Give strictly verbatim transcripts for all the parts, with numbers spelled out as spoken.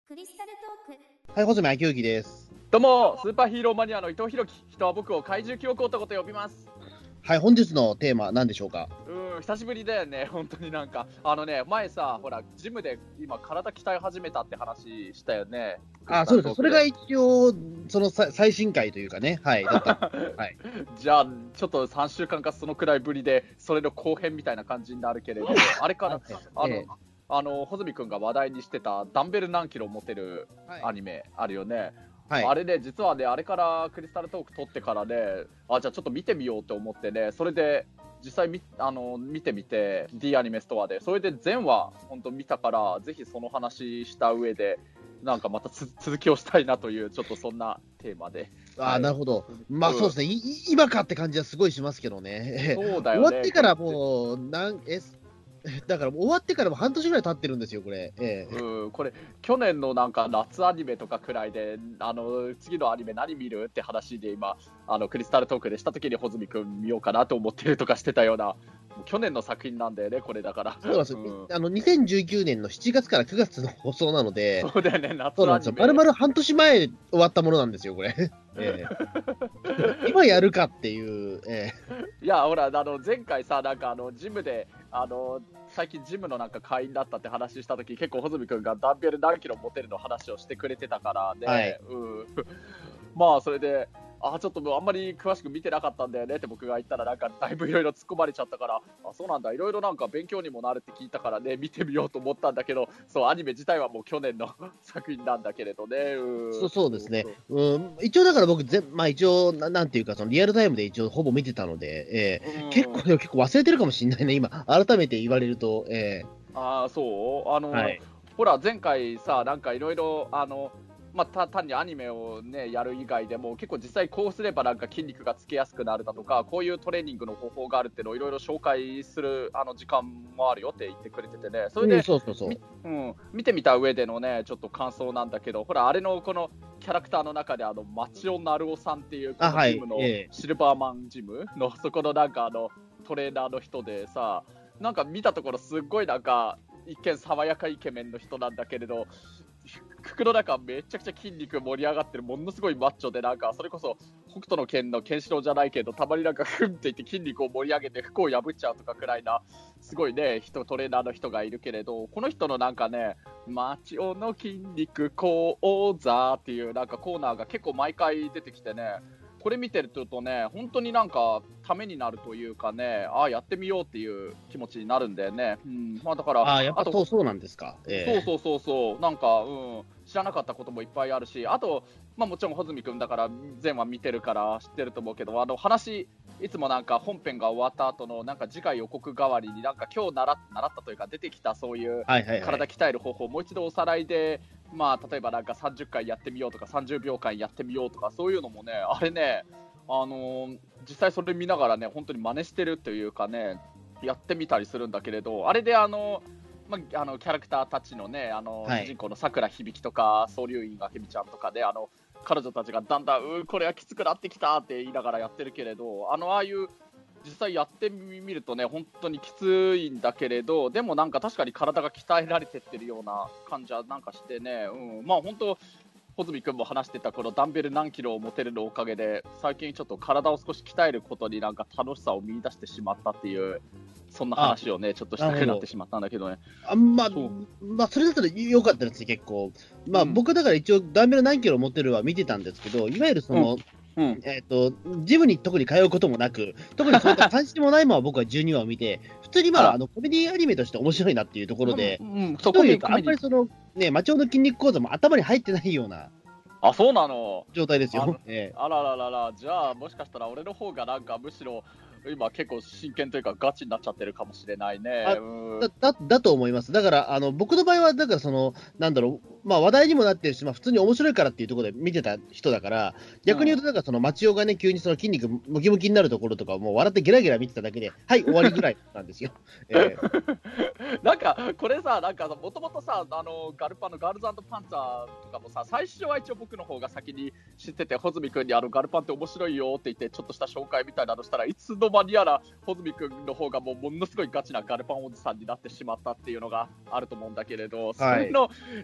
クリスタルトーク。 はい、細見明之です。 どうも、スーパーヒーローマニアの伊藤弘樹。人は僕を怪獣記憶男と呼びます。 はい、本日のテーマ何でしょうか。 うん、久しぶりだよね、本当になんか。あのね、前さ、ほら、ジムで今体鍛え始めたって話したよね。 あ、そうです。それが一応、そのさ最新回というかね、はい。だったはい、 じゃあ、ちょっとさんしゅうかんかそのくらいぶりで、それの後編みたいな感じになるけれど、あれから、あの、ええあの穂積君が話題にしてたダンベル何キロ持てるアニメあるよね、はい、あれね、実はね、あれからクリスタルトーク撮ってからね、あ、じゃあちょっと見てみようと思ってね、それで実際みあの見てみて D アニメストアで、それで全話本当見たから、ぜひその話した上でなんかまた続きをしたいなという、ちょっとそんなテーマで。 あ、はい、なるほど。まあそうですね、うん、今かって感じはすごいしますけどね。 そうだよね。 終わってからもうなんえだから終わってからも半年ぐらい経ってるんですよ、これ。ええ、 うん、これ去年のなんか夏アニメとかくらいで、あの次のアニメ何見るって話で今あのクリスタルトークでした時に穂積君見ようかなと思ってるとかしてたような、去年の作品なんだよね、これだから。 そうなんですよ、うん、あのにせんじゅうきゅうねんのしちがつからくがつの放送なので、 そうだよね、夏アニメ。 まるまる半年前終わったものなんですよ、これ。ええ、今やるかっていう、ええ、いや、ほら、あの前回さ、なんかあのジムであの最近ジムのなんか会員だったって話したとき、結構穂積君がダンベル何キロ持てるの話をしてくれてたからね、はい、うん、まあそれで、あ、ちょっとあんまり詳しく見てなかったんだよねって僕が言ったら、なんかだいぶいろいろ突っ込まれちゃったから、あ、そうなんだ、いろいろなんか勉強にもなるって聞いたからね、見てみようと思ったんだけど、そう、アニメ自体はもう去年の作品なんだけれどね。うん、 そうそうですね、うん、一応だから僕ぜ、まあ、一応な、なんていうか、そのリアルタイムで一応ほぼ見てたので、えー、結構、結構忘れてるかもしれないね、今、改めて言われると。えー、 あ、そうあの、はい、ほら、前回さ、なんかいろいろ、あの、まあ、た単にアニメを、ね、やる以外でも結構実際こうすればなんか筋肉がつけやすくなるだとか、こういうトレーニングの方法があるっていうのをいろいろ紹介するあの時間もあるよって言ってくれててね、それで、うん、そうそうそう、うん、見てみた上でのねちょっと感想なんだけど、ほらあれのこのキャラクターの中であの町尾成尾さんっていうこのジムのシルバーマンジムのそこのなんかあのトレーナーの人でさ、なんか見たところすっごいなんか一見爽やかイケメンの人なんだけれど、服の中めちゃくちゃ筋肉盛り上がってるものすごいマッチョで、なんかそれこそ北斗の拳のケンシロウじゃないけど、たまになんかフンって言って筋肉を盛り上げて服を破っちゃうとかくらいなすごいね人トレーナーの人がいるけれど、この人のなんかねマチオの筋肉講座っていうなんかコーナーが結構毎回出てきてね、これ見てるとね本当になんかためになるというかね、ああやってみようっていう気持ちになるんだよね。うん、まあだからあやっぱそうそうなんですか。 えー、そうそうそうそうなんか、うん、知らなかったこともいっぱいあるし、あとまあもちろん穂積君だから前話見てるから知ってると思うけど、あの話いつもなんか本編が終わった後のなんか次回予告代わりになんか今日習習ったというか出てきたそういう体鍛える方法をもう一度おさらいで、まあ例えばなんかさんじゅっかいやってみようとかさんじゅうびょうかんやってみようとかそういうのもね、あれね、あのー、実際それ見ながらね本当に真似してるというかねやってみたりするんだけれど、あれであのまあ、あのキャラクターたちのねあの、はい、主人公のさくら響とか総龍院あけみちゃんとかで、あの彼女たちがだんだんうこれはきつくなってきたって言いながらやってるけれど、あのああいう実際やってみるとね本当にきついんだけれど、でもなんか確かに体が鍛えられてってるような感じはなんかしてね、うん、まあ本当穂積君も話してたこのダンベル何キロを持てるのおかげで最近ちょっと体を少し鍛えることになんか楽しさを見出してしまったっていう、そんな話をねちょっとしたくなってしまったんだけどね。 あまあ、まあ、それだったら良かったですね、結構。まあ、うん、僕だから一応ダンベル何キロ持てるは見てたんですけど、いわゆるその、うんうん、えっ、ー、とジムに特に通うこともなく、特にそういった関心もないまま僕はじゅうにわを見て、普通にまああのコメディアニメとして面白いなっていうところで、うんうん、そこいうかあんまりそのねマチオの筋肉講座も頭に入ってないような。 あ、そうなの状態ですよ。 あ, ええ、あらららら、じゃあもしかしたら俺の方がなんかむしろ今結構真剣というかガチになっちゃってるかもしれないね。 あだ, だ, だと思います。だからあの僕の場合はだからそのなんだろう、まあ話題にもなってるし、まあ普通に面白いからっていうところで見てた人だから、逆に言うとなんかそのマチオがね急にその筋肉ムキムキになるところとかもう笑ってゲラゲラ見てただけで、はい終わりぐらいなんですよ。えー、なんかこれさ、なんかもともとさあのガルパのガールズ&パンツァーとかもさ、最初は一応僕の方が先に知ってて、穂積君にあのガルパンって面白いよって言ってちょっとした紹介みたいなのしたら、いつの間にやら穂積君の方がもうものすごいガチなガルパンおじさんになってしまったっていうのがあると思うんだけれど、はい、それのちょっとした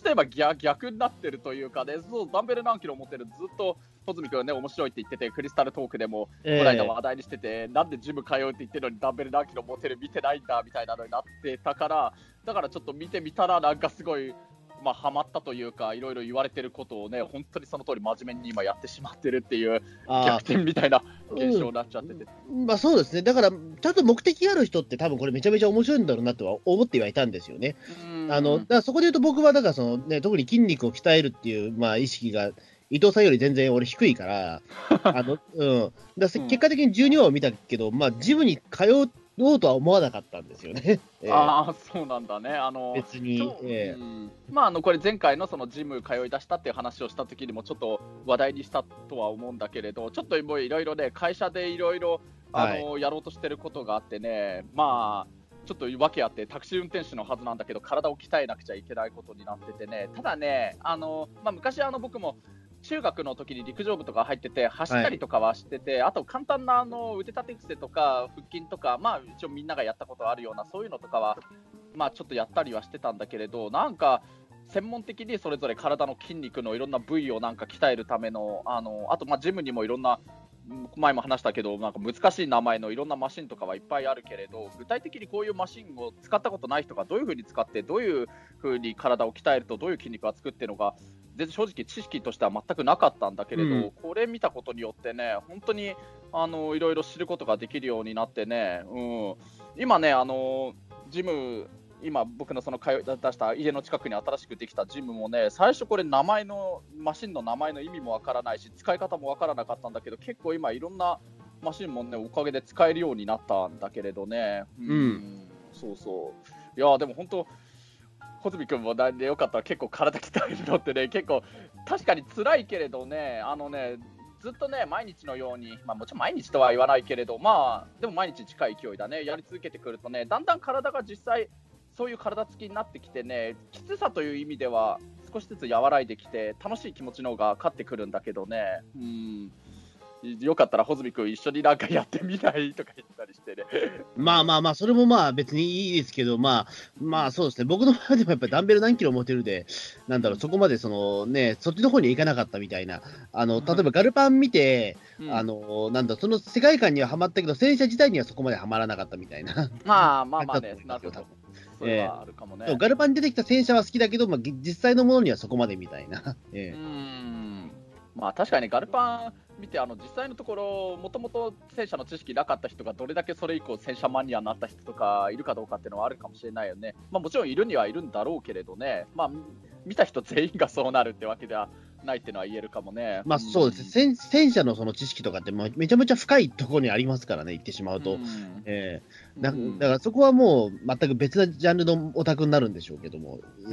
といえば 逆, 逆になってるというかね、そうダンベル何キロ持ってるずっと穂積君ね面白いって言ってて、クリスタルトークでもこの間話題にしてて、えー、なんでジム通うって言ってるのにダンベル何キロ持ってる見てないんだみたいなのになってたから、だからちょっと見てみたらなんかすごいまあ、ハマったというか、いろいろ言われてることをね、本当にその通り真面目に今やってしまってるっていう逆転みたいな現象になっちゃってて、 うん、まあそうですね、だからちゃんと目的がある人って多分これめちゃめちゃ面白いんだろうなとは思ってはいたんですよね。あのだからそこで言うと僕はだからその、ね、特に筋肉を鍛えるっていう、まあ、意識が伊藤さんより全然俺低いからあの、うん、だ結果的にじゅうにわを見たけど、まあ、ジムに通うどうとは思わなかったんですよね。 えー、ああ、そうなんだね。あの別に、えーうんまあ、あのこれ前回のそのジム通い出したっていう話をした時にもちょっと話題にしたとは思うんだけれど、ちょっともういろいろね会社でいろいろやろうとしてることがあってね、まあちょっと訳あってタクシー運転手のはずなんだけど体を鍛えなくちゃいけないことになっててね、ただね、あの、まあ、昔あの僕も中学の時に陸上部とか入ってて走ったりとかはしてて、はい、あと簡単なあの腕立て伏せとか腹筋とか、まあ一応みんながやったことあるようなそういうのとかはまあちょっとやったりはしてたんだけれど、なんか専門的にそれぞれ体の筋肉のいろんな部位をなんか鍛えるためのあのあとまあジムにもいろんな前も話したけどなんか難しい名前のいろんなマシンとかはいっぱいあるけれど、具体的にこういうマシンを使ったことない人がどういう風に使ってどういう風に体を鍛えるとどういう筋肉がつくっていうのが全然正直知識としては全くなかったんだけれど、うん、これ見たことによってね本当にあのいろいろ知ることができるようになってね、うん、今ねあのジム今僕のその通い出した家の近くに新しくできたジムもね、最初これ名前のマシンの名前の意味もわからないし使い方もわからなかったんだけど、結構今いろんなマシンもねおかげで使えるようになったんだけれどね、うん、うん、そうそういやでも本当穂積君もなんでよかったら結構体鍛えるのってね結構確かに辛いけれどね、あのねずっとね毎日のように、まあ、もちろん毎日とは言わないけれど、まあでも毎日近い勢いだねやり続けてくるとね、だんだん体が実際そういう体つきになってきてね、きつさという意味では少しずつ和らいできて楽しい気持ちの方が勝ってくるんだけどね、うんよかったら穂積君一緒になんかやってみないとか言ったりしてねまあまあまあそれもまあ別にいいですけど、まあまあそうですね、僕の場合でもやっぱりダンベル何キロ持てるでなんだろう、そこまでそのねそっちの方に行かなかったみたいな、あの例えばガルパン見て、うん、あのなんだその世界観にはハマったけど戦車自体にはそこまでハマらなかったみたいなまあまあまあねなるほどそれはあるかもね、 えー、ガルパンに出てきた戦車は好きだけど、まあ、実際のものにはそこまでみたいな、えー、 うんまあ確かにガルパン見てあの実際のところもともと戦車の知識なかった人がどれだけそれ以降戦車マニアになった人とかいるかどうかっていうのはあるかもしれないよね、まあ、もちろんいるにはいるんだろうけれどね、まあ、見た人全員がそうなるってわけではないっていうのは言えるかもね。 まあそうですね、うん、戦車のその知識とかってめちゃめちゃ深いところにありますからね、言ってしまうと、うんえー、だ, だからそこはもう全く別なジャンルのオタクになるんでしょうけども、 うん、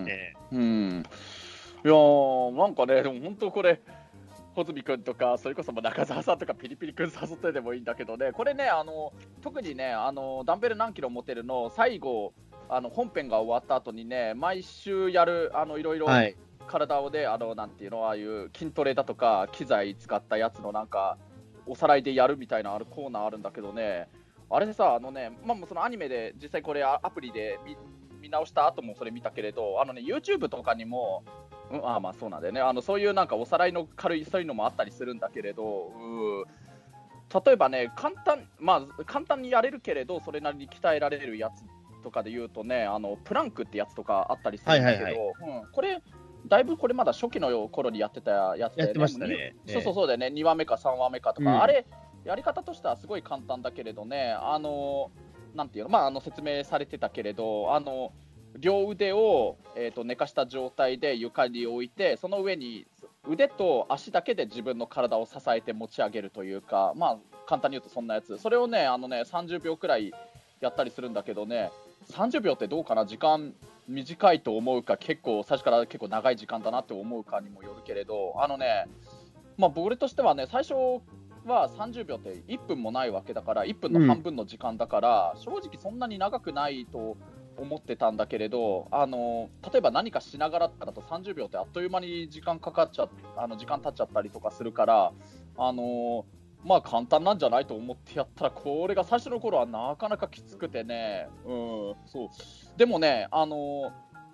ねうん、いやーなんかねでも本当これ穂積君とかそれこそも中澤さんとかピリピリ君誘ってでもいいんだけどね、これねあの特にねあのダンベル何キロ持てるの最後あの本編が終わった後にね毎週やるあのいろいろ体をね、はい、あのなんていうのああいう筋トレだとか機材使ったやつのなんかおさらいでやるみたいなあるコーナーあるんだけどね、あれでさあのねまあそのアニメで実際これアプリで 見, 見直した後もそれ見たけれど、あのね YouTube とかにもうん、あまあそうなんだよね、あのそういうなんかおさらいの軽いそういうのもあったりするんだけれど、う例えばね簡単、まあ、簡単にやれるけれどそれなりに鍛えられるやつとかで言うとねあのプランクってやつとかあったりするんだけど、はいはいはいうん、これだいぶこれまだ初期の頃にやってたやつで、ね、 やってましたね、 そうそうそうだよね、にわめかさんわめかとか、うん、あれやり方としてはすごい簡単だけれどね、あのなんていうの、まあ、あの説明されてたけれどあの両腕を、えー、と寝かした状態で床に置いてその上に腕と足だけで自分の体を支えて持ち上げるというか、まあ簡単に言うとそんなやつ、それをねあのねさんじゅうびょうくらいやったりするんだけどね、さんじゅうびょうってどうかな、時間短いと思うか結構最初から結構長い時間だなって思うかにもよるけれど、あのねまあ僕としてはね最初はさんじゅうびょうっていっぷんもないわけだからいっぷんの半分の時間だから、うん、正直そんなに長くないと思ってたんだけれど、あの例えば何かしながらだとさんじゅうびょうってあっという間に時間かかっちゃあの時間経っちゃったりとかするから、あのまあ簡単なんじゃないと思ってやったらこれが最初の頃はなかなかきつくてね、うん、そうでもねあの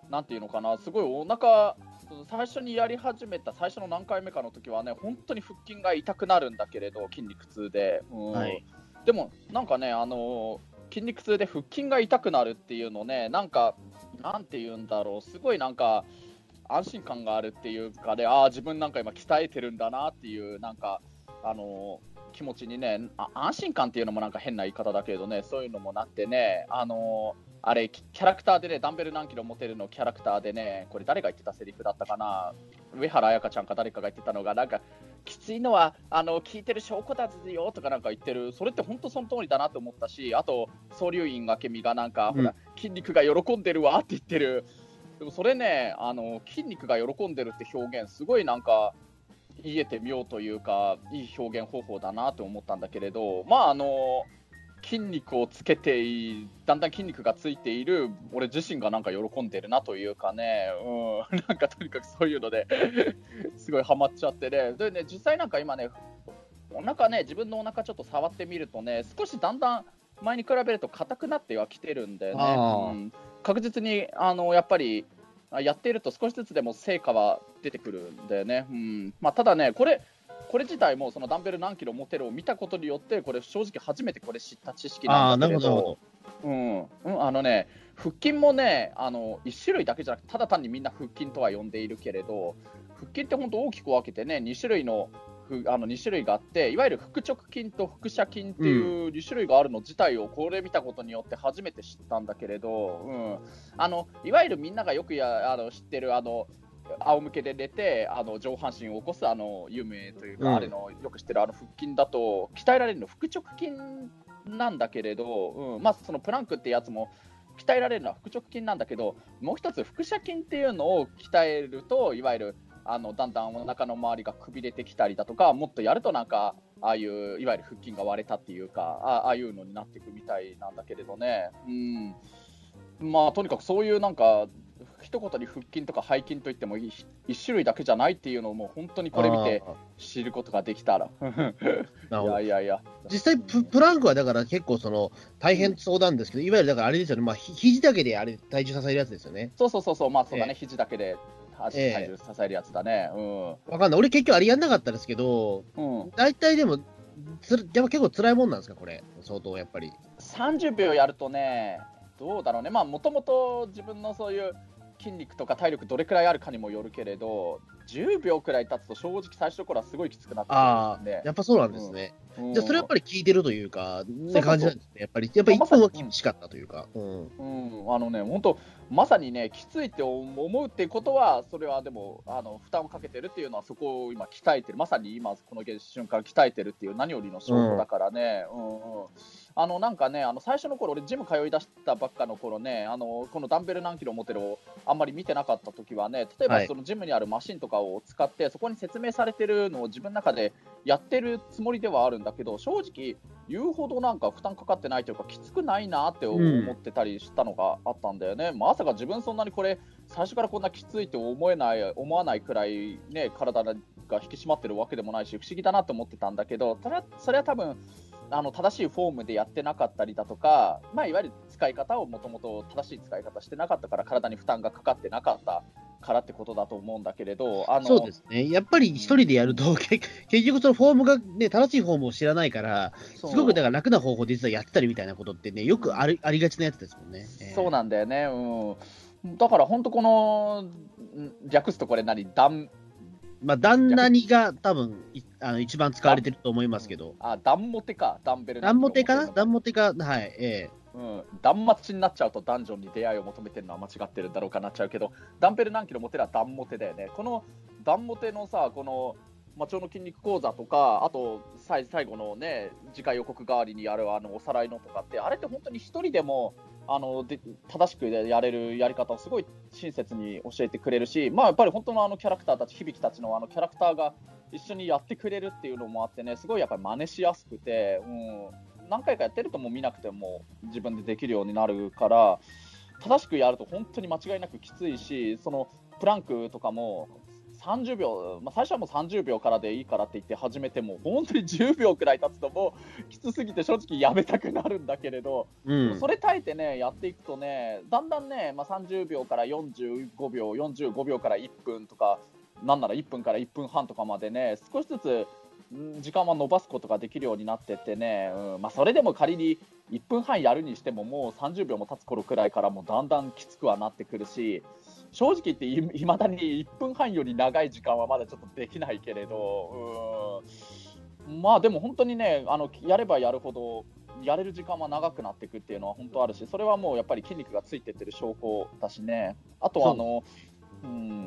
なんていうのかな、すごいお腹最初にやり始めた最初の何回目かの時はね、本当に腹筋が痛くなるんだけれど、筋肉痛で、うん、はい、でもなんかね、あの筋肉痛で腹筋が痛くなるっていうのね、なんかなんていうんだろう、すごいなんか安心感があるっていうかね、ああ自分なんか今鍛えてるんだなっていうなんかあの気持ちにね、あ安心感っていうのもなんか変な言い方だけどね、そういうのもなってね、あのあれキャラクターでね、ダンベル何キロ持てるのキャラクターでね、これ誰が言ってたセリフだったかな、上原彩香ちゃんか誰かが言ってたのが、なんかきついのはあの聞いてる証拠だぜよとかなんか言ってる、それって本当その通りだなと思ったし、あと総龍院明美がなんか、うん、ほら筋肉が喜んでるわって言ってる。でもそれね、あの筋肉が喜んでるって表現すごいなんか言えてみようというか、いい表現方法だなと思ったんだけれど、まああの筋肉をつけてだんだん筋肉がついている俺自身がなんか喜んでるなというかね、うん、なんかとにかくそういうのですごいハマっちゃってね。でね、実際なんか今ね、お腹ね、自分のお腹ちょっと触ってみるとね、少しだんだん前に比べると硬くなってはきてるんだよね。うん、確実にあのやっぱりやっていると少しずつでも成果は出てくるんだよね。うん、まあ、ただね、これこれ自体もそのダンベル何キロ持てるを見たことによって、これ正直初めてこれ知った知識なんだけれど、うんうん、あのね、腹筋もね、あのいち種類だけじゃなくて、ただ単にみんな腹筋とは呼んでいるけれど、腹筋って本当大きく分けてね、に種類のあのに種類があって、いわゆる腹直筋と腹斜筋っていうに種類があるの自体をこれ見たことによって初めて知ったんだけれど、うん、あのいわゆるみんながよくやあの知ってるあの仰向けで寝てあの上半身を起こすあの有名というか、うん、あれのよく知ってるあの腹筋だと鍛えられるの腹直筋なんだけれど、うんまあ、そのプランクってやつも鍛えられるのは腹直筋なんだけど、もう一つ腹斜筋っていうのを鍛えると、いわゆるあのだんだんお腹の周りがくびれてきたりだとか、もっとやるとなんかああいういわゆる腹筋が割れたっていうか、あああいうのになっていくみたいなんだけれどね、うん、まあとにかくそういうなんか一言に腹筋とか背筋といっても一種類だけじゃないっていうのをもう本当にこれ見て知ることができたらいやいやいや、 実際 プ, プランクはだから結構その大変そうなんですけど、うん、いわゆるだからあれですよね、まあ、肘だけであれ体重支えるやつですよね。 そうそうそうそう、まあそうだね、えー、肘だけで足体重支えるやつだね。うん。 わかんない。俺結局あれやんなかったですけど、うん、大体でもつやっぱ結構辛いもんなんですかこれ、相当やっぱり。 さんじゅうびょうやるとね、どうだろうね。まあもともと自分のそういう筋肉とか体力どれくらいあるかにもよるけれど、じゅうびょうくらい経つと正直最初の頃はすごいきつくなってくるんで。 ああ、やっぱそうなんですね。うん、じゃあそれやっぱり効いてるというか、ね、感じなんですね。やっぱり、やっぱりいつもは厳しかったというか。うん。 うん、あのね、本当まさにね、きついって思うっていうことは、それはでもあの負担をかけてるっていうのは、そこを今鍛えてる、まさに今この瞬間鍛えてるっていう何よりの証拠だからね。うんうんうん、あのなんかね、あの最初の頃俺ジム通い出したばっかの頃ね、あのこのダンベル何キロ持てるをあんまり見てなかった時はね、例えばそのジムにあるマシンとかを使って、はい、そこに説明されてるのを自分の中でやってるつもりではあるんだけど、正直言うほどなんか負担かかってないというかきつくないなって思ってたりしたのがあったんだよね。うん、まさか自分そんなにこれ最初からこんなきついって思えない思わないくらいね、体が引き締まってるわけでもないし、不思議だなと思ってたんだけど、ただそれは多分あの正しいフォームでやってなかったりだとか、まあ、いわゆる使い方をもともと正しい使い方してなかったから、体に負担がかかってなかったからってことだと思うんだけれど、あのそうですね、やっぱり一人でやると、うん、結局そのフォームが、ね、正しいフォームを知らないから、すごくだから楽な方法で実はやってたりみたいなことってね、よくあり、うん、ありがちなやつですもんね。 えー、そうなんだよね、うん、だから本当この略すとこれ何段まあ、旦那にが多分あの一番使われてると思いますけど。 あ、ダンモテか、ダンベル。 ダンモテかなダンモテか、はい、ええ。 うん、ダンマチになっちゃうとダンジョンに出会いを求めてるのは間違ってるんだろうかなっちゃうけど、ダンベル何キロ持てるはダンモテだよね。このダンモテのさ、このマチョの筋肉講座とか、あと最後のね、次回予告代わりにやるあのおさらいのとかって、あれって本当に一人でもあので正しくやれるやり方をすごい親切に教えてくれるし、まあ、やっぱり本当のあのキャラクターたち、響たちのあのキャラクターが一緒にやってくれるっていうのもあってね、すごいやっぱり真似しやすくて、うん、何回かやってるともう見なくても自分でできるようになるから、正しくやると本当に間違いなくきついし、そのプランクとかもさんじゅうびょう、まあ、最初はもうさんじゅうびょうからでいいからって言って始めても、本当にじゅうびょうくらい経つともうきつすぎて正直やめたくなるんだけれど、 うん、 それ耐えてね、やっていくとね、だんだんね、まあ、さんじゅうびょうからよんじゅうごびょう、よんじゅうごびょうからいっぷんとか、なんならいっぷんからいっぷんはんとかまでね、少しずつ時間は伸ばすことができるようになってってね、うんまあ、それでも仮にいっぷんはんやるにしても、もうさんじゅうびょうも経つ頃くらいからもうだんだんきつくはなってくるし、正直言っていまだにいっぷんはんより長い時間はまだちょっとできないけれど、うん、まあでも本当にね、あのやればやるほどやれる時間は長くなっていくっていうのは本当あるし、それはもうやっぱり筋肉がついてってる証拠だしね。あとはあの、うん、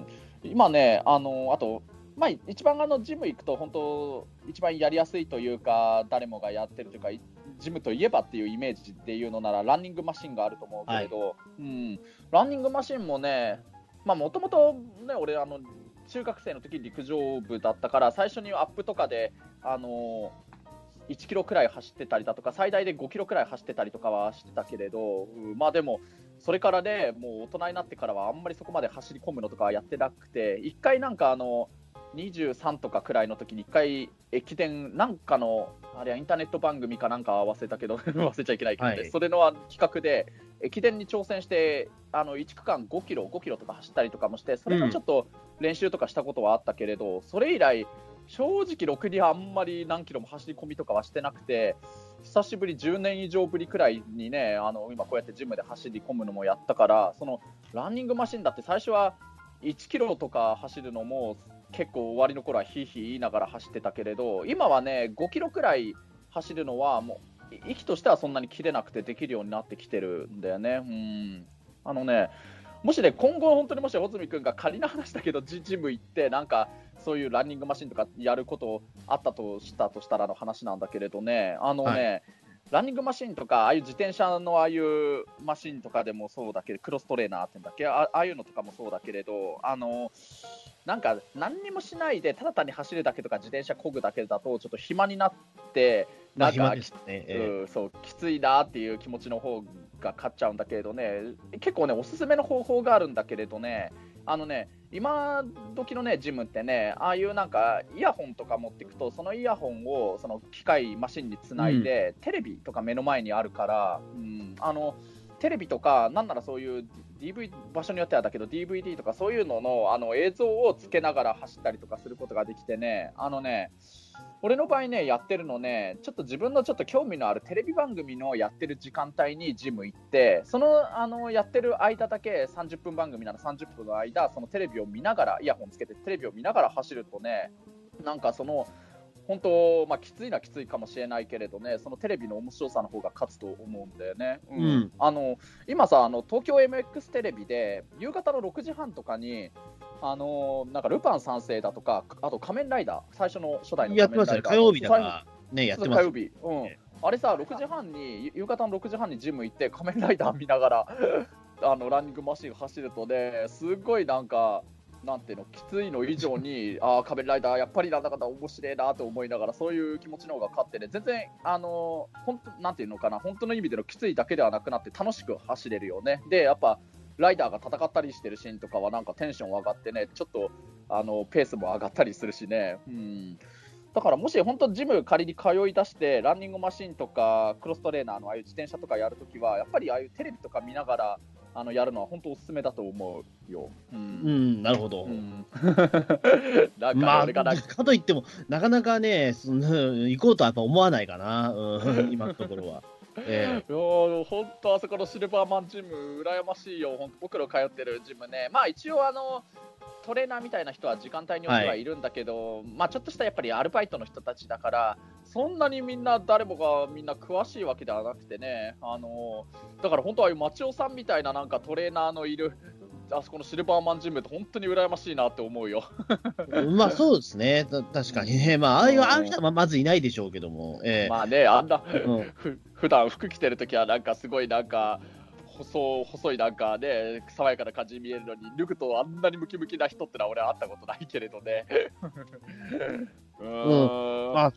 今ね、あのあとまあ、一番あのジム行くと本当一番やりやすいというか、誰もがやってるというか、ジムといえばっていうイメージで言うのならランニングマシンがあると思うけれど、はい、うん、ランニングマシンもね、もともとね、俺あの中学生の時陸上部だったから、最初にアップとかであのいちキロくらい走ってたりだとか、最大でごキロくらい走ってたりとかはしてたけれど、うん、まあでもそれからね、もう大人になってからはあんまりそこまで走り込むのとかはやってなくて、一回なんかあのにじゅうさんとかくらいの時にいっかい駅伝なんかのあれはインターネット番組かなんか忘れたけど忘れちゃいけないけど、ね、はい、それの企画で駅伝に挑戦してあのいち区間ごキロごキロとか走ったりとかもして、それもちょっと練習とかしたことはあったけれど、うん、それ以来正直ろくにあんまり何キロも走り込みとかはしてなくて、久しぶりじゅうねん以上ぶりくらいにね、あの今こうやってジムで走り込むのもやったから、そのランニングマシンだって最初はいちキロとか走るのも結構終わりの頃はヒーヒー言いながら走ってたけれど、今はねごキロくらい走るのはもう息としてはそんなに切れなくてできるようになってきてるんだよね。うんあのねもしね今後本当にもし穂積君が仮の話だけどジジム行ってなんかそういうランニングマシンとかやることあったとしたとしたらの話なんだけれどね、あのね、はい、ランニングマシンとかああいう自転車のああいうマシンとかでもそうだけど、クロストレーナーってんだっけ、ああいうのとかもそうだけれど、あのなんか何にもしないでただ単に走るだけとか自転車漕ぐだけだとちょっと暇になってなんか、ねえー、そうきついなっていう気持ちの方が勝っちゃうんだけれどね、結構ねおすすめの方法があるんだけれどね、あのね今時のねジムってね、ああいうなんかイヤホンとか持っていくと、そのイヤホンをその機械マシンにつないで、うん、テレビとか目の前にあるから、うん、あのテレビとかなんならそういう ディーブイディー 場所によってはだけど ディーブイディー とかそういうのの、あの映像をつけながら走ったりとかすることができてね、あのね俺の場合ねやってるのね、ちょっと自分のちょっと興味のあるテレビ番組のやってる時間帯にジム行って、そのあのやってる間だけさんじゅっぷん番組ならさんじゅっぷんの間そのテレビを見ながらイヤホンつけてテレビを見ながら走るとね、なんかその本当、まあ、きついのはきついかもしれないけれどね、そのテレビの面白さの方が勝つと思うんだよね。うんうん、あの今さあの東京 エムエックス テレビで夕方のろくじはんとかにあのなんかルパン三世だとか、あと仮面ライダー最初の初代の仮面ライダーやってましたね、 火曜日だからねやってます。 火曜日、うん、あれさろくじはんに夕方のろくじはんにジム行って仮面ライダー見ながらあのランニングマシン走るとね、すごいなんかなんていうのきついの以上にああ仮面ライダーやっぱりなんだかんだ面白いなと思いながら、そういう気持ちの方が勝ってね、全然あの本当なんていうのかな、本当の意味でのきついだけではなくなって楽しく走れるよね。でやっぱライダーが戦ったりしてるシーンとかはなんかテンション上がってね、ちょっとあのペースも上がったりするしね。うんだからもし本当ジム仮に通い出してランニングマシンとかクロストレーナーのああいう自転車とかやるときはやっぱりああいうテレビとか見ながらあのやるのは本当おすすめだと思うよ。 うん、うん、なるほど。 うん、なんか俺がなんか、まあ、かといってもなかなかねその行こうとはやっぱ思わないかな、うん、今のところは。 ええ、いや本当あそこのシルバーマンジム羨ましいよ。本当僕の通ってるジムね、まあ一応あのトレーナーみたいな人は時間帯によってはいるんだけど、はい、まあちょっとしたやっぱりアルバイトの人たちだからそんなにみんな誰もがみんな詳しいわけではなくてね、あのだから本当ああいう町尾さんみたいななんかトレーナーのいるあそこのシルバーマンジムって本当に羨ましいなって思うよ。 まあそうですね、確かにね、まあああいうああいう人はまずいないでしょうけども、えー、 まあねあんな、うん、ふ普段服着てるときはなんかすごいなんか細, 細いなんかね爽やかな感じに見えるのに、脱ぐとあんなにムキムキな人ってのは俺は会ったことないけれどね。 うーん、うん、まあ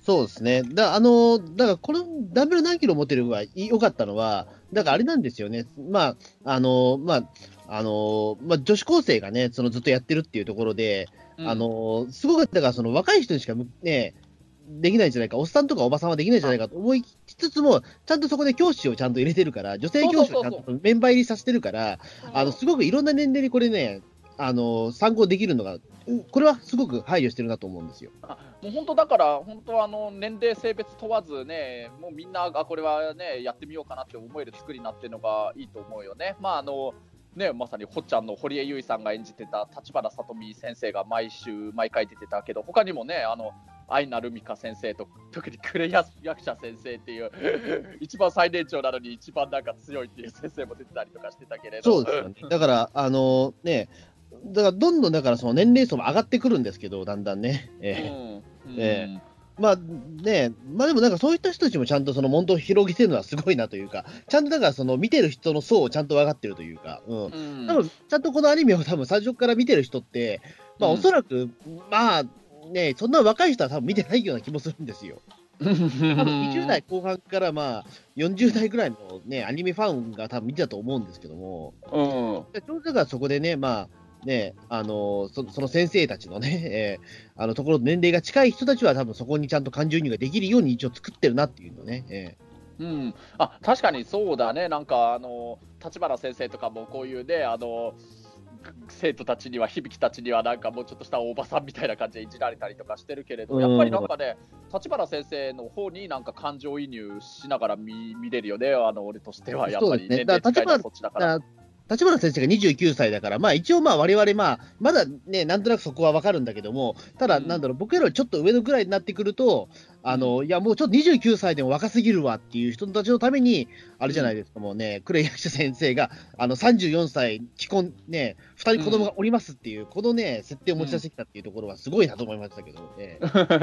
そうですね。だあの、だからこのダンベル何キロ持ってるのが良かったのは、だからあれなんですよね。まあ、あの、まあ、あの、まあ、女子高生がね、そのずっとやってるっていうところで、 うん、 あの、すごく、だからその若い人にしかね、できないんじゃないか、おっさんとかおばさんはできないんじゃないかと思いつつも、ちゃんとそこで教師をちゃんと入れてるから、女性教師をちゃんとメンバー入りさせてるから、あの、すごくいろんな年齢にこれね、あの、参考できるのが、これはすごく配慮してるなと思うんですよ。 あもう本当だから、本当あの年齢、性別問わずね、もうみんながこれはね、やってみようかなって思える作りになってるのがいいと思うよね。まああのね、まさにほっちゃんの堀江由衣さんが演じてた立花さとみ先生が毎週、毎回出てたけど、他にもね、あの愛なるみか先生と、特にクレヤ役者先生っていう、一番最年長なのに一番なんか強いっていう先生も出てたりとかしてたけれど。 そうですよね。だから、あのね、だからどんどんだからその年齢層も上がってくるんですけど、だんだんね。えーうん、えーまあね、まあでもなんかそういった人たちもちゃんとその問答を広げてるのはすごいなというか、ちゃんとだからその見てる人の層をちゃんと分かってるというか、うん。うん、多分ちゃんとこのアニメを多分最初から見てる人って、まあおそらく、うん、まあね、そんな若い人は多分見てないような気もするんですよ。多分にじゅう代後半からまあよんじゅう代ぐらいのね、アニメファンが多分見てたと思うんですけども、うん、ちょうどだからそこでね、まあ、ね、あの そ, その先生たちのね、えー、あのところ年齢が近い人たちは多分そこにちゃんと感情移入ができるように一応作ってるなっていうのね。えー、うん、あ確かにそうだね、なんかあの立花先生とかもこういうね、あの生徒たちには、響たちにはなんかもうちょっとしたおばさんみたいな感じでいじられたりとかしてるけれど、やっぱりなんかね、立花先生の方になんか感情移入しながら 見, 見れるよね、あの俺としてはやっぱりね、 立花そっちだから。立花先生がにじゅうきゅうさいだから、まあ、一応、まあ我々、まあ、まだね、なんとなくそこは分かるんだけども、ただ、なんだろう、うん、僕よりちょっと上のぐらいになってくると、あの、うん、いや、もうちょっとにじゅうきゅうさいでも若すぎるわっていう人たちのために、あれじゃないですか、うん、もうね、クレイ役者先生が、あの、さんじゅうよんさい、既婚、ね、ふたり子供がおりますっていう、うん、このね、設定を持ち出してきたっていうところは、すごいなと思いましたけどね。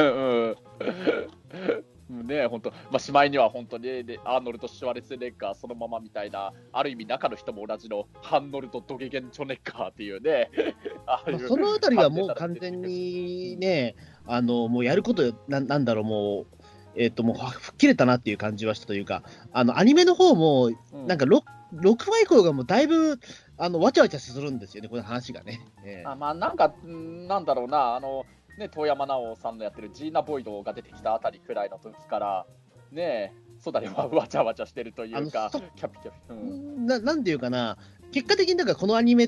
ね本当、まあ、しまいには本当に、ね、アーノルド・シュワレツェネッガーそのままみたいな、ある意味中の人も同じのハンノルド・ドゲゲンチョネッガーっていうねああいう、まあ、 そのあたりはもう完全にね、あのもうやることな、なんだろう、もう、えっと、もう吹っ切れたなっていう感じはしたというか、あのアニメの方も、なんか 6,、うん、ろくわ以降がもうだいぶあのわちゃわちゃするんですよね、この話がね。 えー、あまあ、なんか、なんだろうな、あのね、遠山奈緒さんのやってるジーナ・ボイドが出てきたあたりくらいの時から、ね、そうだね、わちゃわちゃしてるというか、キャピキャピ、うん、 ななんていうかな、結果的にだからこのアニメって、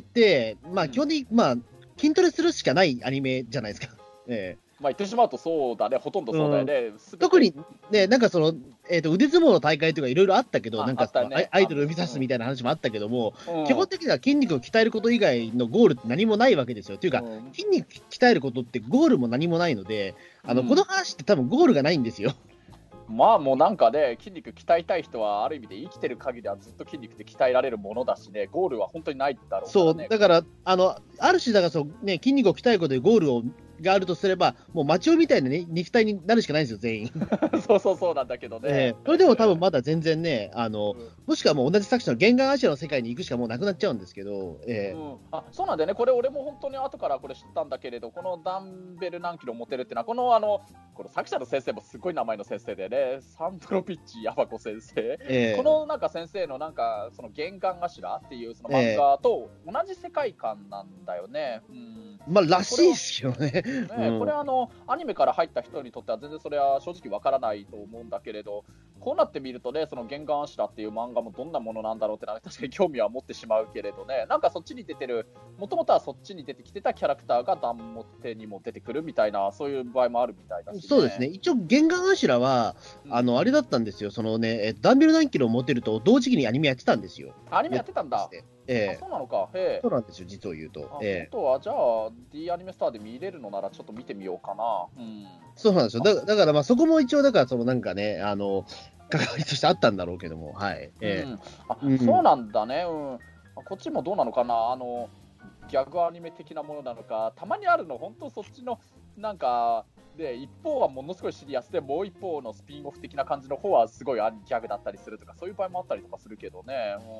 まあ、基本的に、うん、まあ、筋トレするしかないアニメじゃないですか。ええまあ、言ってしまうとそうだね、ほとんどそうだよね。 うん、特にね、なんかその、えーと、腕相撲の大会とかいろいろあったけど、なんかその、ね、アイドルを生み出すみたいな話もあったけども、うん、基本的には筋肉を鍛えること以外のゴールって何もないわけですよ。というか、うん、筋肉鍛えることってゴールも何もないので、あの、うん、この話って多分ゴールがないんですよ。 まあもうなんかね、筋肉鍛えたい人はある意味で生きてる限りはずっと筋肉で鍛えられるものだしね、ゴールは本当にないだろうからね。 そう、だから、あの、ある種、だからそう、ね、筋肉を鍛えることでゴールをがあるとすれば、もうマチオみたいな、ね、肉体になるしかないんですよ、全員。 そうそうそうなんだけどね。 えー、それでも多分まだ全然ね、あの、うん、もしくはもう同じ作者のゲンガンアシアの世界に行くしかもうなくなっちゃうんですけど、えーうん、あそうなんだよね、これ、俺も本当に後からこれ知ったんだけれど、このダンベル何キロ持てるっていうのは、このあのこの作者の先生もすごい名前の先生でね、サンドロピッチ・ヤバコ先生、えー、このなんか先生のなんかそのゲンガンアシラっていうその漫画と同じ世界観なんだよね。えー、うんまあ、らしいですよね。ね、 うん、これあの、アニメから入った人にとっては全然それは正直わからないと思うんだけれど、こうなってみるとね、そのゲンガンアシュラっていう漫画もどんなものなんだろうってのは確かに興味は持ってしまうけれどね、なんかそっちに出てる、もともとはそっちに出てきてたキャラクターがダンモテにも出てくるみたいな、そういう場合もあるみたいだし、ね、 そうですね、一応、ゲンガンアシュラは、うん、あのあれだったんですよ、そのね、ダンベル何キロを持てると同時期にアニメやってたんですよ。 アニメやってたんだ。 ええ、 そうなのか。へえ。 そうなんですよ、実を言うと。 ええ、本当はじゃあ D アニメスターで見れるのならちょっと見てみようかな。うん、 そうなんですよ。だ, だからまあそこも一応だからそのなんかね、あの関わりとしてあったんだろうけども、はい。ええ、うん、あ、うん、そうなんだね。うん。こっちもどうなのかな。あのギャグアニメ的なものなのか、たまにあるの本当そっちのなんか。で一方はものすごいシリアスで、もう一方のスピンオフ的な感じの方はすごいギャグだったりするとか、そういう場合もあったりとかするけどね。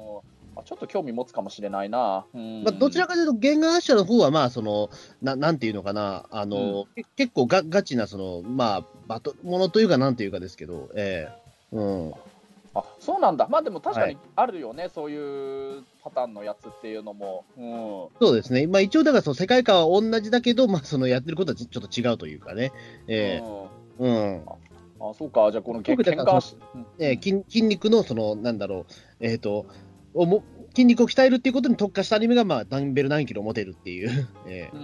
あちょっと興味持つかもしれないな。うん、 まあ、どちらかというと、ゲンガーアッシャーの方は、まあ、その、ななんていうのかな、あの、うん、結構がガチな、その、まあ、バトルものというか、なんていうかですけど、ええー、うん。 あ、そうなんだ。まあでも確かにあるよね、はい、そういうパターンのやつっていうのも。うん、 そうですね。まあ一応、だからその世界観は同じだけど、まあそのやってることはちょっと違うというかね。ええー、うん。うんあ、そうか。じゃあこのけ喧嘩し、 えー、筋筋肉のその、なんだろう、えっ、ー、と、おも筋肉を鍛えるっていうことに特化したアニメが、まあ、ダンベル何キロ持てるっていう。えー、 うん、うん。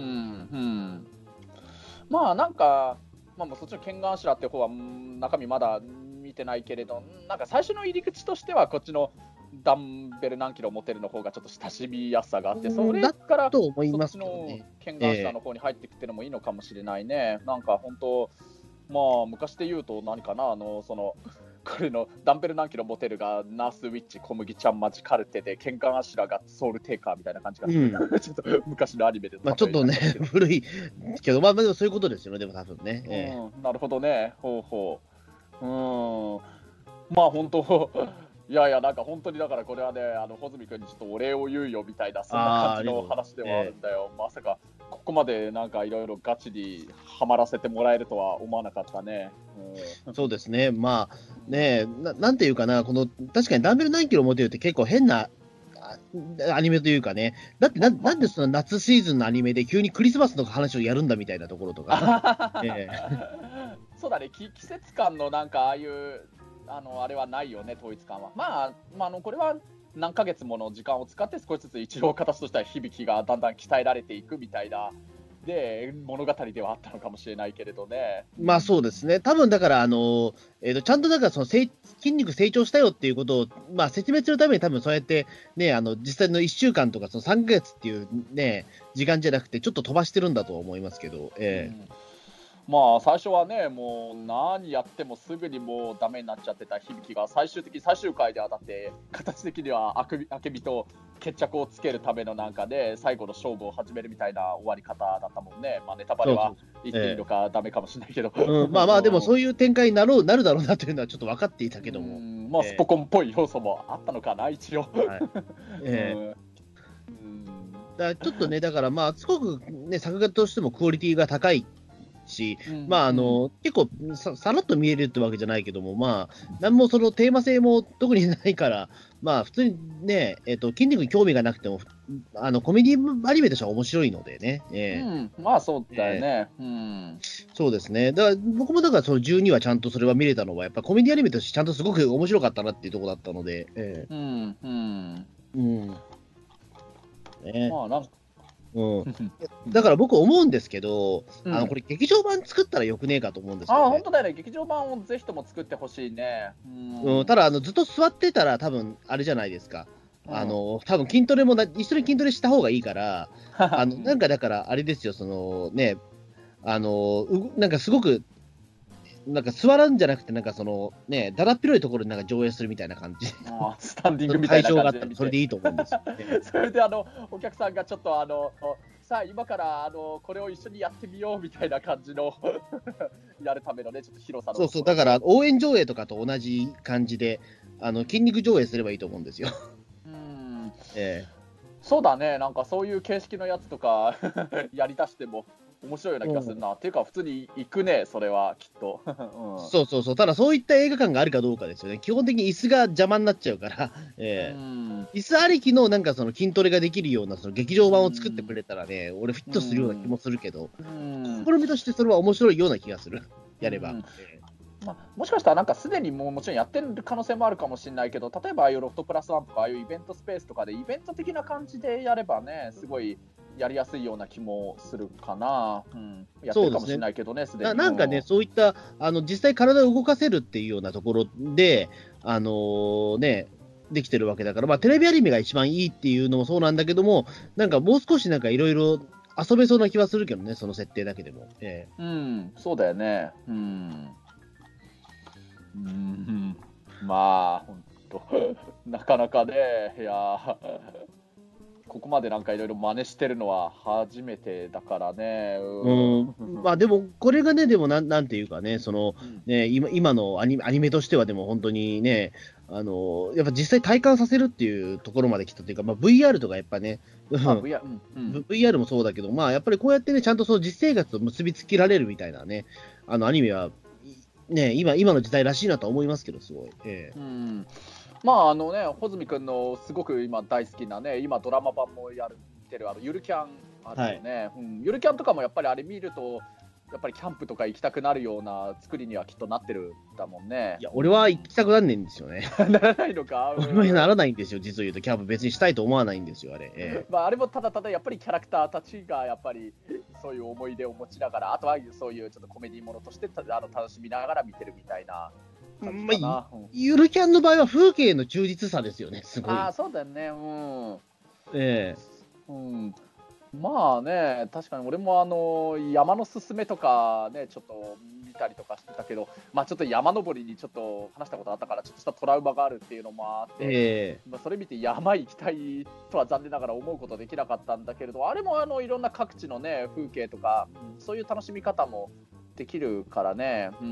まあなんか、まあ、もうそっちのケンガンアシュラって方は中身まだ見てないけれど、なんか最初の入り口としてはこっちのダンベル何キロ持てるの方がちょっと親しみやすさがあって、それからそっちのケンガンアシュラの方に入ってきてるのもいいのかもしれないね。えー、なんか本当まあ昔で言うと何かな、あのそのこれのダンベル何キロ持てるがナースウィッチ小麦ちゃんマジカルテでケンガンアシュラがソウルテイカーみたいな感じがする、うん、ちょっと昔のアニメで、 まあ、ちょっとね古いけど、まあでもそういうことですよね、でも多分ね、えーうん、なるほどね、ほうほう、うんまあ本当いやいやなんか本当にだからこれはね、あの穂積君にちょっとお礼を言うよみたいな、そんな感じの話ではあるんだよ。まさかここまでなんかいろいろガチにはまらせてもらえるとは思わなかったね。 うん、そうですね、まあねな、なんていうかな、この確かにダンベル何キロ持てるって結構変なアニメというかね、だってな、なんでその夏シーズンのアニメで急にクリスマスの話をやるんだみたいなところとか、 えー、そうだね、季節感のなんかああいうあのあれはないよね、統一感は。まあ、まあ、あのこれは何ヶ月もの時間を使って少しずつ一応形としては響きがだんだん鍛えられていくみたいなで物語ではあったのかもしれないけれどね。 まあそうですね、多分だから、あのえー、とちゃんとだからその筋肉成長したよっていうことを、まあ、説明するために、多分そうやって、ね、あの実際のいっしゅうかんとかそのさんかげつっていう、ね、時間じゃなくて、ちょっと飛ばしてるんだと思いますけど。えーうんまあ最初はね、もう何やってもすぐにもうダメになっちゃってた響が最終的に最終回ではだって形的にはあくあけびと決着をつけるためのなんかで最後の勝負を始めるみたいな終わり方だったもんね。まあネタバレは言っていいのかダメかもしれないけど、 うん、まあまあでもそういう展開になろうなるだろうなというのはちょっと分かっていたけども、 まあスポコンっぽい要素もあったのかな一応。はいえーうんだちょっとね、だからまあすごくね作画としてもクオリティが高いし、まああの、うん、結構さ、さらっと見えるってわけじゃないけども、まあ、なんもそのテーマ性も特にないから、まあ、普通にね、えっと、筋肉に興味がなくても、あのコメディアニメとしては面白いのでね。えーうん、まあそうだよね、えーうん。 そうですね。だから僕もだからそのじゅうにはちゃんとそれは見れたのは、やっぱコメディアニメとしてちゃんとすごく面白かったなっていうところだったので。えー、うん、うん。うん。ね、まあなんかうん、だから僕思うんですけど、うん、あのこれ劇場版作ったらよくねえかと思うんですよ、ね、 あ本当だよね、劇場版をぜひとも作ってほしいね。 うん、うん、ただあのずっと座ってたら多分あれじゃないですか、うん、あの多分筋トレもな一緒に筋トレした方がいいからあのなんかだからあれですよ、そのねあのなんかすごくなんか座らんじゃなくて、なんかそのね、だだっ広いところでなんか上映するみたいな感じ。 あスタンディングみたいな感じで。それでいいと思うんですよ、ね。 それであの、お客さんがちょっとあの、さあ今からあのこれを一緒にやってみようみたいな感じのやるためのね、ちょっと広さの。 そうそう、だから応援上映とかと同じ感じで、あの筋肉上映すればいいと思うんですよ。うん。 ええ。そうだね、なんかそういう形式のやつとかやりだしても面白いような気がするな。うん、っていうか、普通に行くね、それはきっと、 うん。そうそうそう、ただそういった映画館があるかどうかですよね。基本的に椅子が邪魔になっちゃうから、えー、うん、椅子ありきのなんかその筋トレができるようなその劇場版を作ってくれたらね、うん、俺フィットするような気もするけど、うん、試みとしてそれは面白いような気がする、やれば。うんえーまあ、もしかしたらなんかすでにもうもちろんやってる可能性もあるかもしれないけど、例えばああいうロフトプラスワンとかああいうイベントスペースとかでイベント的な感じでやればね、すごいやりやすいような気もするかな、うん、やってるかもしれないけどね、すでに。 なんかね、そういったあの実際体を動かせるっていうようなところで、あのー、ね、できてるわけだから、まあ、テレビアニメが一番いいっていうのもそうなんだけども、なんかもう少しなんかいろいろ遊べそうな気はするけどね、その設定だけでも。えー、うん、そうだよね。うんうん、まあ、本当なかなかね、いやここまでなんかいろいろ真似してるのは初めてだからね。 うん、まあでも、これがね、でもなん、なんていうかね、その、ね、今今のアニメ、アニメとしてはでも本当にね、あの、やっぱ実際体感させるっていうところまで来たというか、まあ ブイアール とかやっぱね、 あ ブイアール、うんうん、 ブイアール もそうだけど、まあやっぱりこうやってね、ちゃんとその実生活と結びつけられるみたいなね、あのアニメは、ね、今、今の時代らしいなとは思いますけど、すごい。えーうんまああのね、穂積君のすごく今大好きなね、今ドラマ版もやってるあのゆるキャンあるよね、はいうん、ゆるキャンとかもやっぱりあれ見ると、やっぱりキャンプとか行きたくなるような作りにはきっとなってるんだもんね。 いや、俺は行きたくなんねんですよね。 ならないのか俺はならないんですよ、実を言うと、キャンプ別にしたいと思わないんですよ、あれ。えーまあ、あれもただただやっぱりキャラクターたちがやっぱりそういう思い出を持ちながら、あとはそういうちょっとコメディものとしてあの楽しみながら見てるみたいな感じかな。まあうん、ゆるキャンの場合は風景の忠実さですよね、すごい。 ああ、そうだよね。うん。 ええうん。まあね、確かに俺もあの山のすすめとかね、ちょっと見たりとかしてたけど、まあちょっと山登りにちょっと話したことあったから、ちょっとしたトラウマがあるっていうのもあって、 えまあ、それ見て山行きたいとは残念ながら思うことできなかったんだけれど、あれもあのいろんな各地のね、風景とか、そういう楽しみ方もできるからね、うん。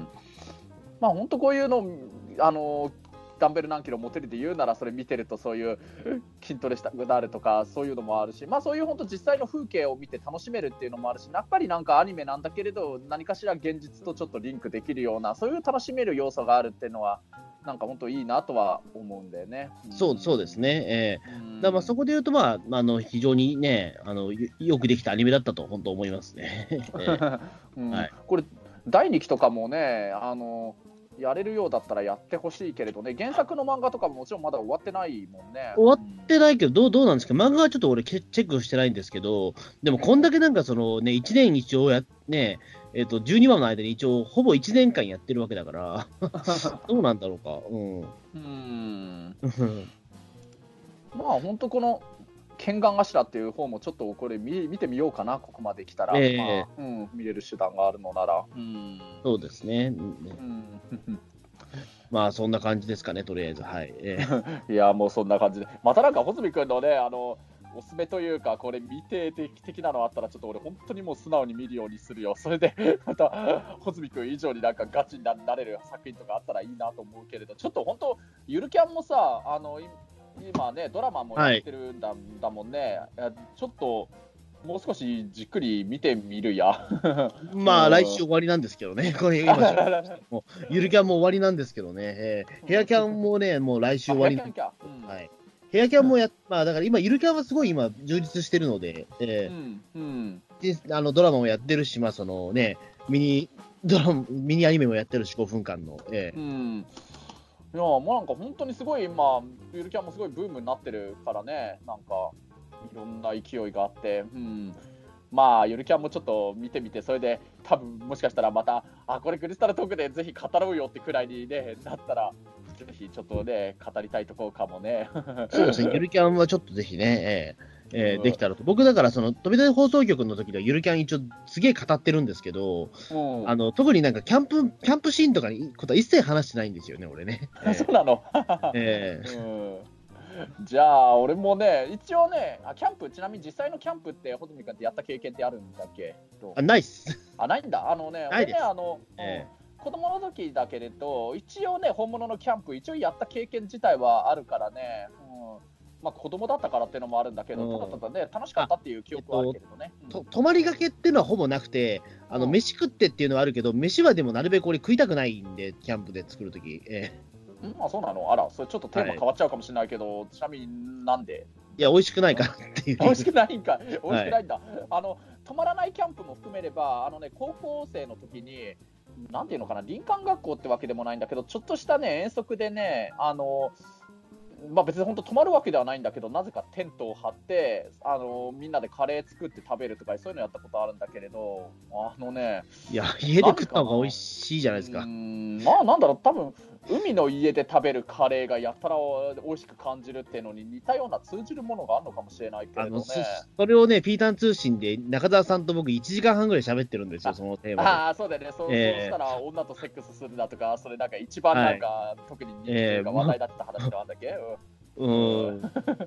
まあ本当こういうの、あの、ダンベル何キロ持てるで言うなら、それ見てるとそういう筋トレしたくなるとかそういうのもあるし、まあそういう本当実際の風景を見て楽しめるっていうのもあるし、やっぱりなんかアニメなんだけれど何かしら現実とちょっとリンクできるようなそういう楽しめる要素があるっていうのはなんか本当いいなとは思うんだよね。 うん、そうそうですね。えー、だまあそこで言うとまああの非常にねあのよくできたアニメだったと本当思いますね。えーうんはい、これだいにきとかもねあの。やれるようだったらやってほしいけれどね、原作の漫画とかももちろんまだ終わってないもんね。 終わってないけど、どうどうなんですか、漫画はちょっと俺、チェックしてないんですけど、でも、こんだけなんかその、ね、いちねん一応や、ね、えっと、じゅうにわの間に一応、ほぼいちねんかんやってるわけだから、どうなんだろうか。うん。うんまあ、本当この、剣眼頭っていう方もちょっとこれ見見てみようかな、ここまで来たら、えーまあうん、見れる手段があるのなら。うん、 そうですね。うん、まあそんな感じですかね、とりあえず。はい、えー、いや、もうそんな感じで、またなんか、穂積君のね、あのおすすめというか、これ見て的なのあったら、ちょっと俺、本当にもう素直に見るようにするよ。それで、また、穂積君以上になんかガチになれる作品とかあったらいいなと思うけれど、ちょっと本当、ゆるキャンもさ、あの今ね、ドラマもやってるんだ、はい、だもんね。ちょっと、もう少しじっくり見てみるや。 まあ、来週終わりなんですけどね。これ今もうゆるキャンも終わりなんですけどね。えー、ヘアキャンもね、もう来週終わり。ヘアキャン、うん、はい。ヘアキャンもや、まあだから今、ゆるキャンはすごい今、充実してるので、えーうんうん、あのドラマもやってるし、まあそのね、ミニドラマ、ミニアニメもやってるし、ごふんかんの。えーうんいやもうなんか本当にすごい今、ゆるキャンもすごいブームになってるからね、なんかいろんな勢いがあって、うん、まあゆるキャンもちょっと見てみて、それで多分もしかしたらまた、あ、これクリスタルトークでぜひ語ろうよってくらいに、ね、なったら、ぜひちょっとね、語りたいところかもね。 そうですね、ゆるキャンはちょっとぜひね、えーえー、できたらと。僕だからその飛び出し放送局の時ではゆるキャン一応すげえ語ってるんですけど、あの特になんかキャンプキャンプシーンとかにことは一切話してないんですよね、俺ね。 えー、そうなの、えーうん、じゃあ俺もね一応ねあキャンプちなみに実際のキャンプって穂積君ってやった経験ってあるんだっけ？ あないっす。 あないんだ。あのね俺ねあの、えー、子供の時だけれど一応ね本物のキャンプ一応やった経験自体はあるからね。うんまあ、子供だったからっていうのもあるんだけど、うん、ただただね、楽しかったっていう記憶はあるけれどね。 えっと、と泊まりがけっていうのはほぼなくて、あの、うん、飯食ってっていうのはあるけど、飯はでもなるべく俺食いたくないんで、キャンプで作るとき。えー、まあそうなのあら、それちょっとテーマ変わっちゃうかもしれないけど、はい、ちなみになんでいや、美味しくないからっていう。 美味しくないんか。美味しくないんだ。はい、あの、泊まらないキャンプも含めれば、あのね、高校生の時に、なんていうのかな、林間学校ってわけでもないんだけど、ちょっとしたね、遠足でね、あの、まあ、別に本当泊まるわけではないんだけど、なぜかテントを張ってあのみんなでカレー作って食べるとかそういうのやったことあるんだけれど、あのねいや家で食った方が美味しいじゃないですか。 うーんまあなんだろう、多分海の家で食べるカレーがやったら美味しく感じるっていうのに似たような通じるものがあるのかもしれないけれどね。 あのそれをねピータン通信で中澤さんと僕いちじかんはんぐらい喋ってるんですよ、そのテーマで。 ああそうだよね、そう、えー、そうしたら女とセックスするだとか、それなんか一番なんか、はい、特に人気というか話題だった話ではあるんだっけ、えーうん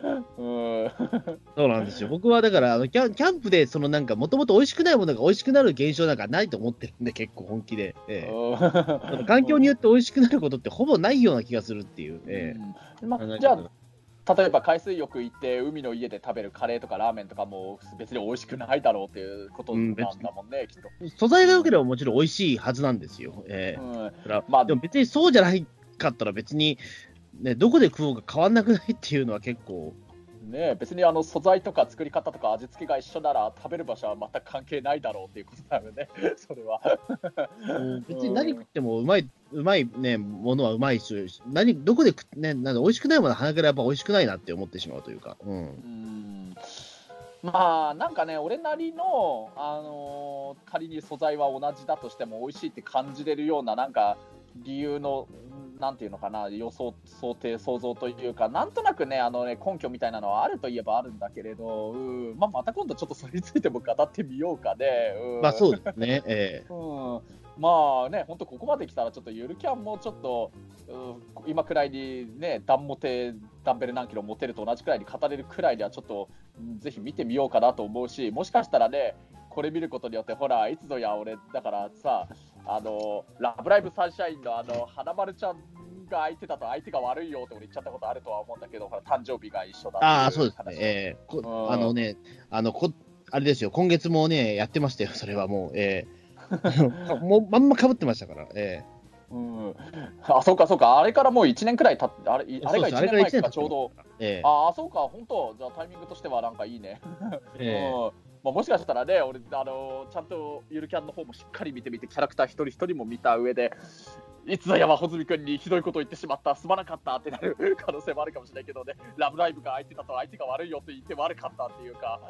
うんそうなんですよ。僕はだから、あのキャンキャンプで、そのなんか、もともと美味しくないものが美味しくなる現象なんかないと思ってるんで、結構本気で。ええ、その環境によって美味しくなることってほぼないような気がするっていう。ええ、 うんま、じゃあ、例えば海水浴行って海の家で食べるカレーとかラーメンとかも別に美味しくないだろうっていうことなんだもんね、うん、きっと。 素材が良ければもちろん美味しいはずなんですよ。ええ、うん、だからまあ、でも別にそうじゃないかったら別に、ね、どこで食おうか変わんなくないっていうのは結構。 ね、別にあの素材とか作り方とか味付けが一緒なら食べる場所は全く関係ないだろうっていうことだよね、それは。 別に何食ってもうまい、うまいね、ものはうまいし、何、どこで食ってね、なんか美味しくないものは鼻からやっぱ美味しくないなって思ってしまうというか。うん。うんまあなんかね、俺なりの、あのー、仮に素材は同じだとしても美味しいって感じれるようななんか理由のなんていうのかな、予想、想定、想像というか、なんとなくね、あのね、根拠みたいなのはあるといえばあるんだけれど、うんまあ、また今度ちょっとそれについても語ってみようかね。うん、 まあそうですね。ええうんまあね、本当ここまで来たらちょっとゆるキャンもちょっと、うん、今くらいにね、ダンモテ、ダンベル何キロ持てると同じくらいに語れるくらいではちょっと、うんぜひ見てみようかなと思うし、もしかしたらね、これ見ることによって、ほら、いつぞや俺、だからさ、あの、ラブライブサンシャインのあの、花丸ちゃんが相手だと相手が悪いよって俺言っちゃったことあるとは思うんだけど、ほら誕生日が一緒だっていう話。 ああ、そうですね。えーこあのね、あのこ、あれですよ、今月もね、やってましたよ、それはもう。えー、もうまんまかぶってましたから。えーうん、あ、そうかそうか、あれからもういちねんくらい経って、あれあれがいちねんまえかちょうど、えー、ああ、そうか、本当、じゃあタイミングとしてはなんかいいね。えーうんまあ、もしかしたらね、俺、あのー、ちゃんとゆるキャンの方もしっかり見てみて、キャラクター一人一人も見た上で、いつぞやは穂積君にひどいことを言ってしまった、すまなかったってなる可能性もあるかもしれないけどね、ラブライブが相手だと相手が悪いよって言って悪かったっていうか、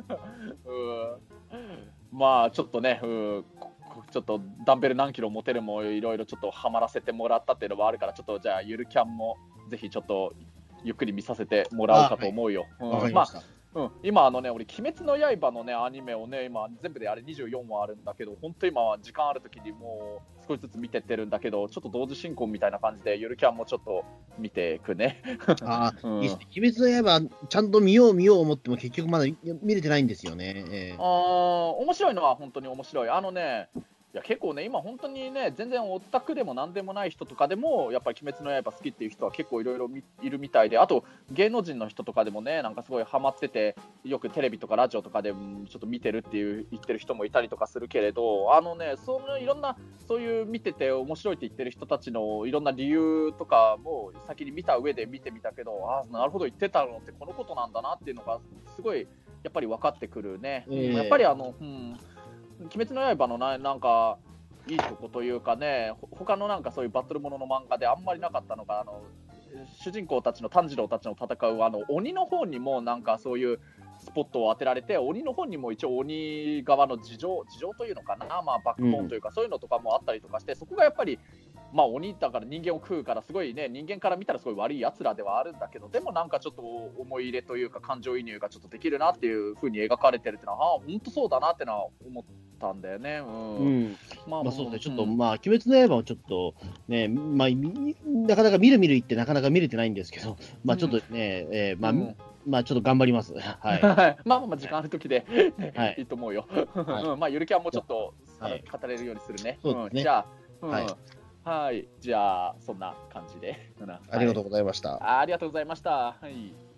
うんまあちょっとね、うんちょっとダンベル何キロ持てるもいろいろちょっとハマらせてもらったっていうのもあるから、ちょっとじゃあゆるキャンもぜひちょっとゆっくり見させてもらおうかと思うよ。 わ、はい、うん、かりました。 うん、今あのね、俺鬼滅の刃のねアニメをね今全部であれにじゅうよんわあるんだけど、本当今時間ある時にもう少しずつ見てってるんだけど、ちょっと同時進行みたいな感じでゆるキャンもちょっと見ていくね。 ああ、うん、いいですね。鬼滅の刃ちゃんと見よう見よう思っても結局まだ見れてないんですよね。えー、 ああ面白いのは本当に面白い。あのね。いや結構ね、今本当にね、全然オタクでも何でもない人とかでも、やっぱり鬼滅の刃好きっていう人は結構いろいろいるみたいで、あと芸能人の人とかでもね、なんかすごいハマってて、よくテレビとかラジオとかでもちょっと見てるっていう言ってる人もいたりとかするけれど、あのね、そのいろんな、そういう見てて面白いって言ってる人たちのいろんな理由とかも先に見た上で見てみたけど、ああ、なるほど、言ってたのってこのことなんだなっていうのが、すごいやっぱり分かってくるね。えー、やっぱりあの、うん鬼滅の刃のななんかいいとこというかね、他のなんかそういうバトルものの漫画であんまりなかったのが、あの主人公たちの炭治郎たちの戦うあの鬼の方にもなんかそういうスポットを当てられて、鬼の方にも一応鬼側の事情事情というのかな、まあ、バックボーンというか、そういうのとかもあったりとかして、そこがやっぱりまあ鬼だから人間を食うからすごいね、人間から見たらすごい悪いやつらではあるんだけど、でもなんかちょっと思い入れというか感情移入がちょっとできるなっていう風に描かれてるっていうのは、ああ本当そうだなってのは思ったんだよね。うん。うん、 まあ、まあそうですね、ちょっと、うん、まあ鬼滅の刃をちょっとね、まあなかなか見る見る言ってなかなか見れてないんですけど、まあちょっとね、うん、えー、まあ、うんまあちょっと頑張ります。はい。 まあまあ時間あるときで、はい、いいと思うよ。はい、まあゆるキャンもちょっと、はい、語れるようにするね。 そうですね。 じゃあ、うん、はい。はい、じゃあそんな感じで。 ありがとうございました。 ありがとうございました。はい。